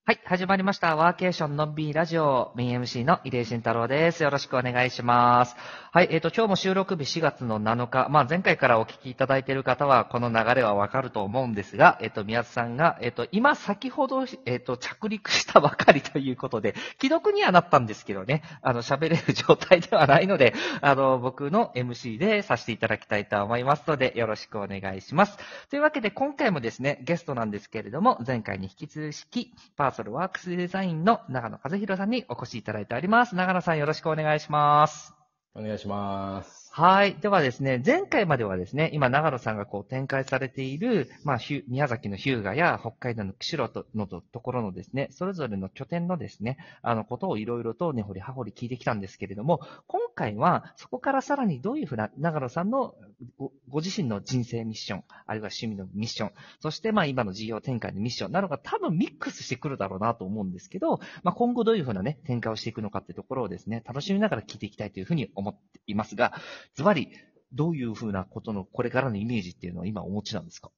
はい、始まりました。ワーケーションのんびりラジオ、メイン MC の入江慎太郎です。よろしくお願いします。はい、今日も収録日4月の7日、前回からお聞きいただいている方は、この流れはわかると思うんですが、宮津さんが、今先ほど、着陸したばかりということで、既読にはなったんですけどね、喋れる状態ではないので、僕の MC でさせていただきたいと思いますので、よろしくお願いします。というわけで、今回もですね、ゲストなんですけれども、前回に引き続き、パーソルワークスデザインの長野和弘さんにお越しいただいております。長野さんよろしくお願いします。 お願いします。 はい。ではですね、前回まではですね、今長野さんが展開されている、宮崎の日向や北海道の釧路のところのですね、それぞれの拠点のですね、ことをいろいろと根掘り葉掘り聞いてきたんですけれども、今回はそこからさらにどういうふうな長野さんのご自身の人生ミッション、あるいは趣味のミッション、そして今の事業展開のミッションなどが多分ミックスしてくるだろうなと思うんですけど、今後どういうふうなね、展開をしていくのかっていうところをですね、楽しみながら聞いていきたいというふうに思っていますが、ズバリ、どういうふうなことのこれからのイメージっていうのは今お持ちなんですか？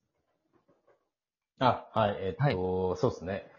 はい。 はい。 そうですね。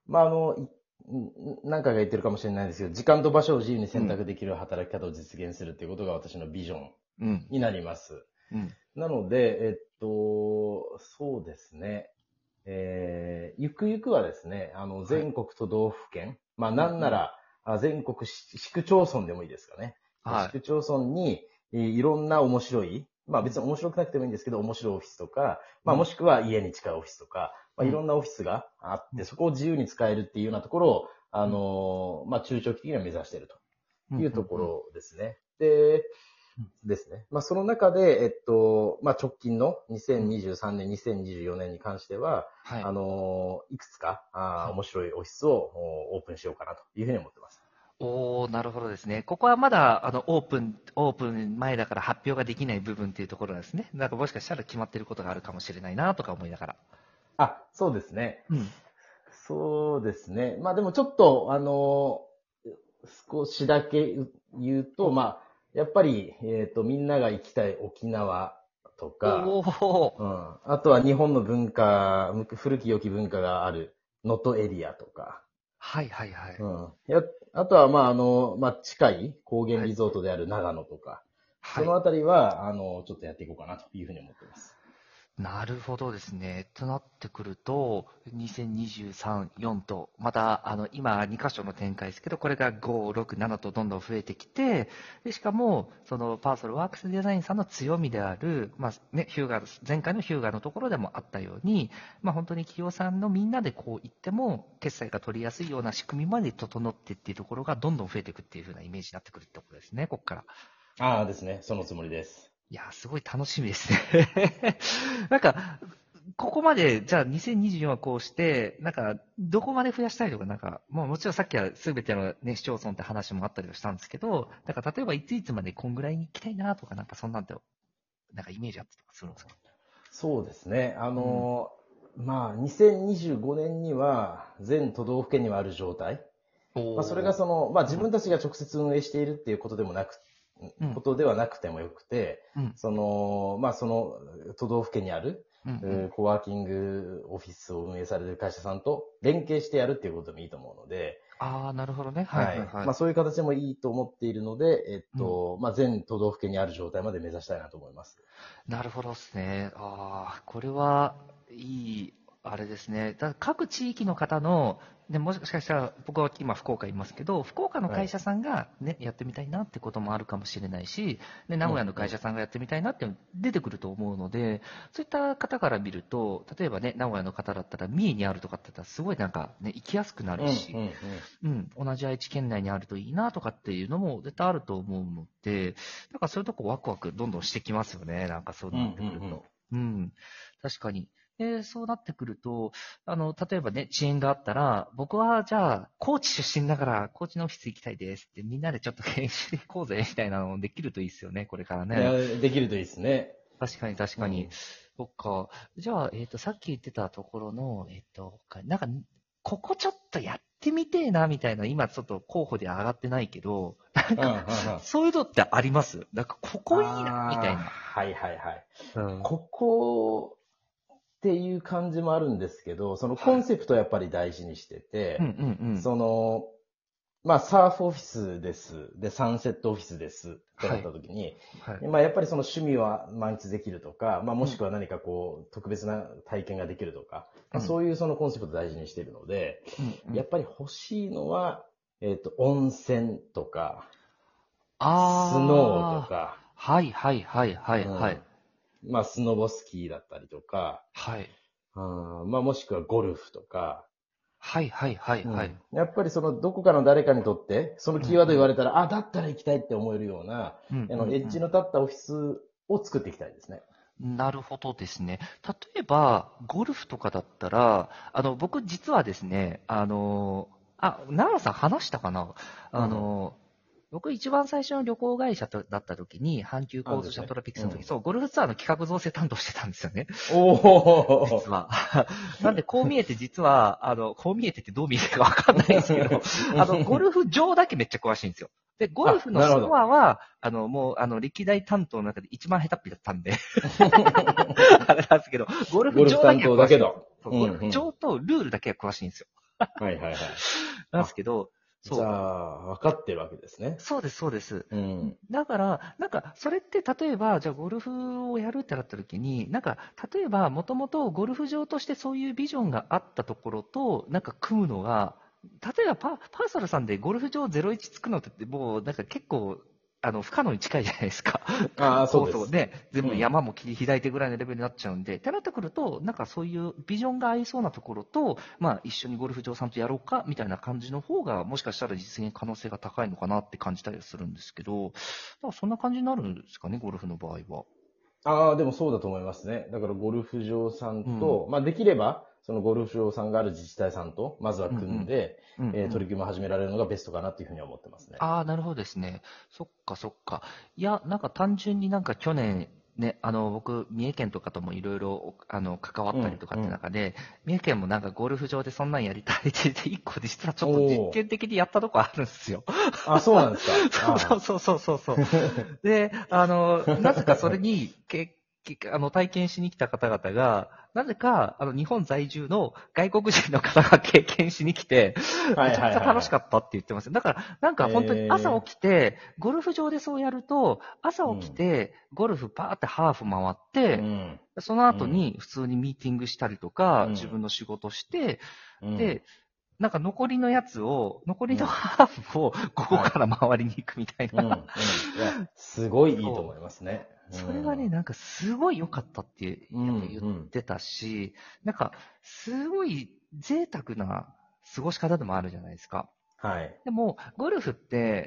何回か言ってるかもしれないですけど、時間と場所を自由に選択できる働き方を実現するということが私のビジョンうん。 になります。 うん。 なので、そうですね。ゆくゆくはですね、 はい。 全国都道府県、なんなうんうん。 ら、全国市区町村でもいいですかね。市は区町村に、いろんな面白い、 い。うん。 別に面白くなくてもいいんですけど、面白いオフィスとか、 うん。 もしくは家に近いオフィスとか、 うん。 いろんなオフィスがあって、 うん。 そこを自由に使えるっていうようなところを、 うん。 中長期的には目指しているとうん。 いうとこうん。 ろですね。で、ですね。その中で、直近のうん。 2023年、2024年に関しては、 はい。 いくつか、 はい。 面白いオフィスをオープンしようかなというふうに思ってます。 おー、なるほどですね。ここはまだ、オープン前だから発表ができない部分っていうところですね。なんかもしかしたら決まっていることがあるかもしれないなとか思いながら。 そうですね。 うん。 そうですね。でもちょっと、少しだけ言うと、やっぱり、みんなが行きたい沖縄とか、 おー。 あとは日本の文化、古き良き文化がある能登エリアとか、 はいはいはい。 うん。あとは、近い高原はい。 リゾートである長野とか、 はい。 そのあたりは、ちょっとやっていこうかなというふうに思ってます。 なるほどですね。となってくると、2023、4と、また、今2箇所の展開ですけど、これが5、6、7とどんどん増えてきて、で、しかも、そのパーソルワークスデザインさんの強みである、前回のヒューガのところでもあったように、本当に企業さんのみんなでこう言っても、決済が取りやすいような仕組みまで整ってっていうところがどんどん増えていくっていう風なイメージになってくるってことですね、ここから。 ですね。そのつもりです。 いやー、すごい楽しみですね。なんか、ここまで、じゃあ2024はこうして、どこまで増やしたいとか、もちろんさっきは全てのね、市町村って話もあったりはしたんですけど、例えばいついつまでこんぐらいに行きたいなとか、そんなんて、イメージあったりとかするんですか？ そうですね。 うん。 2025年には全都道府県にはある状態。それおー。 がうん。 自分たちが直接運営しているっていうことでもなく、 うん。 ことではなくてもよくて、 うん。 その都道府県にある、 うん。うん。 コワーキングオフィスを運営される会社さんと連携してやるっていうことでもいいと思うので、 あー、なるほどね。はいはい。 はいはい。 そういう形でもいいと思っているので、 うん。 全都道府県にある状態まで目指したいなと思います。 なるほどですね。ああ、これはいい、あれですね。各地域の方の、もしかしたら、僕は今福岡いますけど、福岡のはい。 会社さんがね、やってみたいなってこともあるかもしれないし、名うん、 古屋のうん。 会社さんがやってみたいなって出てくると思うので、そういった方から見ると、例えばね、名古屋の方だったら三重にあるとかって言ったらすごい行きやすくなうん、うん、 るし、 うん。 うん、同じ愛知県内にあるといいなとかっていうのも絶対あると思うので、そういうとこワクワクどんどんしてきますよね。そううん、うなってくるん、 と。うん。確かに。そうなってくると、例えばね、遅延があったら、僕はじゃあ、高知出身だから、高知のオフィス行きたいですって、みんなでちょっと研修行こうぜ、みたいなのできるといいですよね、これからね。 いや、できるといいですね。 確かに確かに。 うん。 そっか。じゃあ、さっき言ってたところの、ここちょっとやってみてえな、みたいな、今ちょっと候補で上がってないけど、 うん、うん、うん。 そういうのってあります？ここいいな、みたいな。 はいはいはい。 うん。 ここ、 っていう感じもあるんですけど、そのコンセプトをやっぱり大事にしてて、その、まあ、サーフオフィスです。で、サンセットオフィスですってなった時に、まあ、やっぱりその趣味は満喫できるとか、まあ、もしくは何かこう、特別な体験ができるとか、まあ、そういうそのコンセプトを大事にしているので、やっぱり欲しいのは、温泉とか、スノーとか、 はいはいはいはいはい。 まあ、スノボスキーだったりとか、 はい。 まあ、もしくはゴルフとか、 はいはいはいはい。 やっぱりそのどこかの誰かにとって、そのキーワード言われたら、あ、だったら行きたいって思えるような、エッジの立ったオフィスを作っていきたいですね。 なるほどですね。例えば、ゴルフとかだったら、僕実はですね、奈良さん話したかな僕一番最初の旅行会社だった時に、阪急交通シャトルピックスの時、そう、ゴルフツアーの企画造成担当してたんですよね。 おー。 実は。なんで、こう見えて実は、こう見えてってどう見えてるかわかんないですけど、ゴルフ場だけめっちゃ詳しいんですよ。で、ゴルフのスコアは、もう、歴代担当の中で一番下手っぴだったんで、あれなんですけど、ゴルフ場だけは詳しいんですよ。ゴルフ場とルールだけは詳しいんですよ。 はいはいはい。 なんですけど、 じゃあ、分かってるわけですね。 そうです、そうです。だから、それって例えば、じゃあゴルフをやるってなった時に、例えば、もともとゴルフ場としてそういうビジョンがあったところと、組むのが、例えばパーソルさんでゴルフ場01作るのって、もう、結構、不可能に近いじゃないですか。 そうです。 ね、全部山も切り開いてぐらいのレベルになっちゃうんで、ってなってくると、そういうビジョンが合いそうなところと、まあ一緒にゴルフ場さんとやろうか、みたいな感じの方が、もしかしたら実現可能性が高いのかなって感じたりするんですけど、そんな感じになるんですかね、ゴルフの場合は。 でもそうだと思いますね。だからゴルフ場さんと、まあできれば、そのゴルフ場さんがある自治体さんと、まずは組んで、取り組みを始められるのがベストかなっていうふうには思ってますね。 なるほどですね。そっかそっか。いや、単純に去年、ね、僕、三重県とかともいろいろ、関わったりとかって中で、三重県もゴルフ場でそんなんやりたいって言って、一個で実はちょっと実験的にやったとこあるんですよ。 そうなんですか。 そう。で、なぜかそれに、体験しに来た方々が、なぜか、日本在住の外国人の方が経験しに来て、めちゃくちゃ楽しかったって言ってます。だから、本当に朝起きて、ゴルフ場でそうやると、朝起きて、ゴルフパーってハーフ回って、その後に普通にミーティングしたりとか、自分の仕事して、で、残りのハーフを午後から回りに行くみたいな。 いや、すごいいいと思いますね。 それがね、すごい良かったって言ってたし、すごい贅沢な過ごし方でもあるじゃないですか。 はい。 でも、ゴルフって、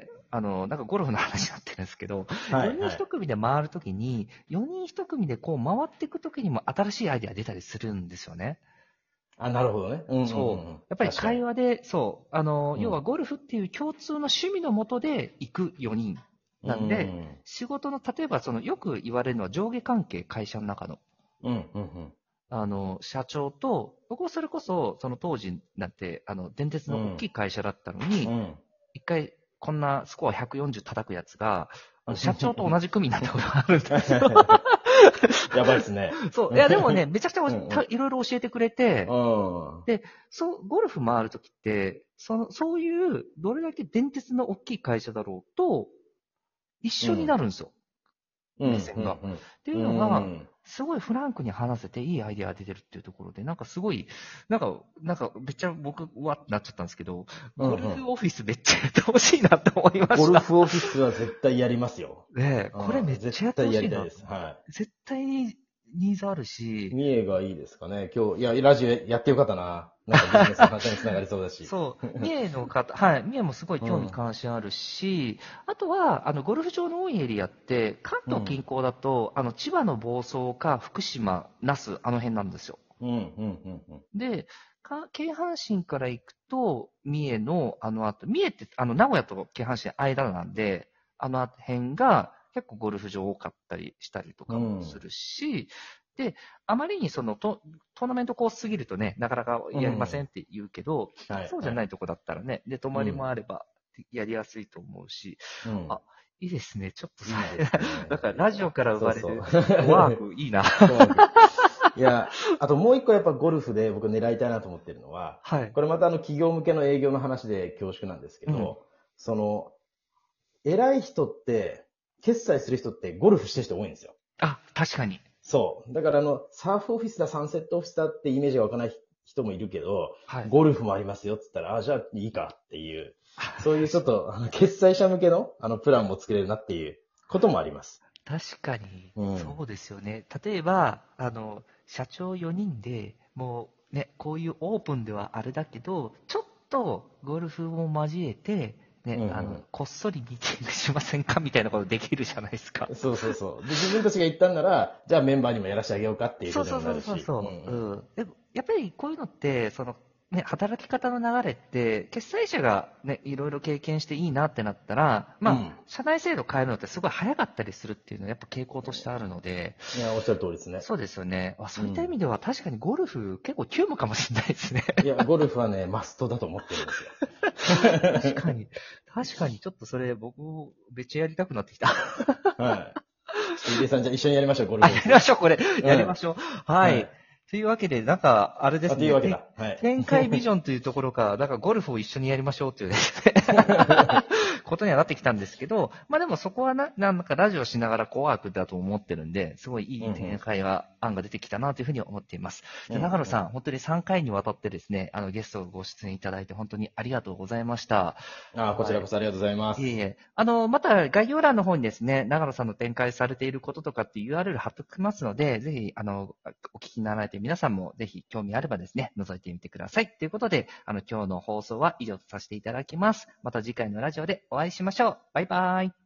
ゴルフの話になってるんですけど、4人1組で回るときに、4人1組でこう回っていくときにも新しいアイデア出たりするんですよね。 なるほどね。 そう。やっぱり会話で、そう、要はゴルフっていう共通の趣味のもとで行く4人。なんで、仕事の、例えばよく言われるのは上下関係、会社の中の。社長と、僕はそれこそ、その当時なんて、電鉄の大きい会社だったのに、一回、こんなスコア140叩くやつが、社長と同じ組になったことがあるんですよ。 やばいですね。 そう。いや、でもね、めちゃくちゃいろいろ教えてくれて、で、ゴルフ回るときって、そういう、どれだけ電鉄の大きい会社だろうと、一緒になるんですよ。目線が。っていうのが、すごいフランクに話せていいアイデアが出てるっていうところで、すごい、めっちゃ僕、うわってなっちゃったんですけど、ゴルフオフィスめっちゃやってほしいなって思いました。 ゴルフオフィスは絶対やりますよ。 ねえ、これめっちゃやってほしいな。 絶対やりたいです。はい。 絶対にニーズあるし。 三重がいいですかね。今日、いや、ラジオやってよかったな。ビジネスの話につながりそうだし。 そう。三重の方、はい。三重もすごい興味関心あるし、あとは、ゴルフ場の多いエリアって、関東近郊だと、千葉の房総か福島、那須、あの辺なんですよ。で、京阪神から行くと、三重の後、三重って、名古屋と京阪神間なんで、辺が結構ゴルフ場多かったりしたりとかもするし、で、あまりにトーナメントコースすぎるとね、なかなかやりませんって言うけど、そうじゃないとこだったらね、で、泊まりもあれば、やりやすいと思うし、いいですね。ちょっとだからラジオから生まれるワークいいな。 いや、あともう一個やっぱゴルフで僕狙いたいなと思ってるのは、はい。これまた企業向けの営業の話で恐縮なんですけど、偉い人って、決済する人ってゴルフしてる人多いんですよ。 あ、確かに。 そう。だからサーフオフィスだ、サンセットオフィスだってイメージが湧かない人もいるけど、はい、ゴルフもありますよって言ったら、じゃあいいかっていう、そういうちょっと、決済者向けの、プランも作れるなっていうこともあります。 確かに、そうですよね。例えば、社長4人で、もうね、こういうオープンではあれだけど、ちょっとゴルフも交えて、ね、こっそりミーティングしませんかみたいなことできるじゃないですか。 そうそうそう。で、自分たちが言ったんなら、じゃあメンバーにもやらせてあげようかっていうことになるし。 そう。でも、やっぱりこういうのって、ね、働き方の流れって、決済者がね、いろいろ経験していいなってなったら、社内制度変えるのってすごい早かったりするっていうのはやっぱ傾向としてあるので。 いや、おっしゃる通りですね。 そうですよね。そういった意味では確かにゴルフ結構急務かもしれないですね。 いや、ゴルフはね、マストだと思ってるんですよ。 確かに、ちょっとそれ僕、めっちゃやりたくなってきた。 はい。井出さん、じゃあ一緒にやりましょう、ゴルフ。 やりましょう、これ。やりましょう。はい。というわけで、なんか、あれですね。 というわけだ。 はい。展開ビジョンというところか、なんかゴルフを一緒にやりましょうっていうですね。ことにはなってきたんですけど、でもそこはなんかラジオしながらコワークだと思ってるんで、すごいいい展開案が出てきたなというふうに思っています。長野さん、本当に3回にわたってですね、ゲストをご出演いただいて本当にありがとうございました。 こちらこそありがとうございます。 また概要欄の方にですね、長野さんの展開されていることとかっていう URL 貼っておきますので、ぜひ、お聞きになられて皆さんもぜひ興味あればですね、覗いてみてください。ということで、今日の放送は以上とさせていただきます。また次回のラジオでお会いしましょう。バイバイ。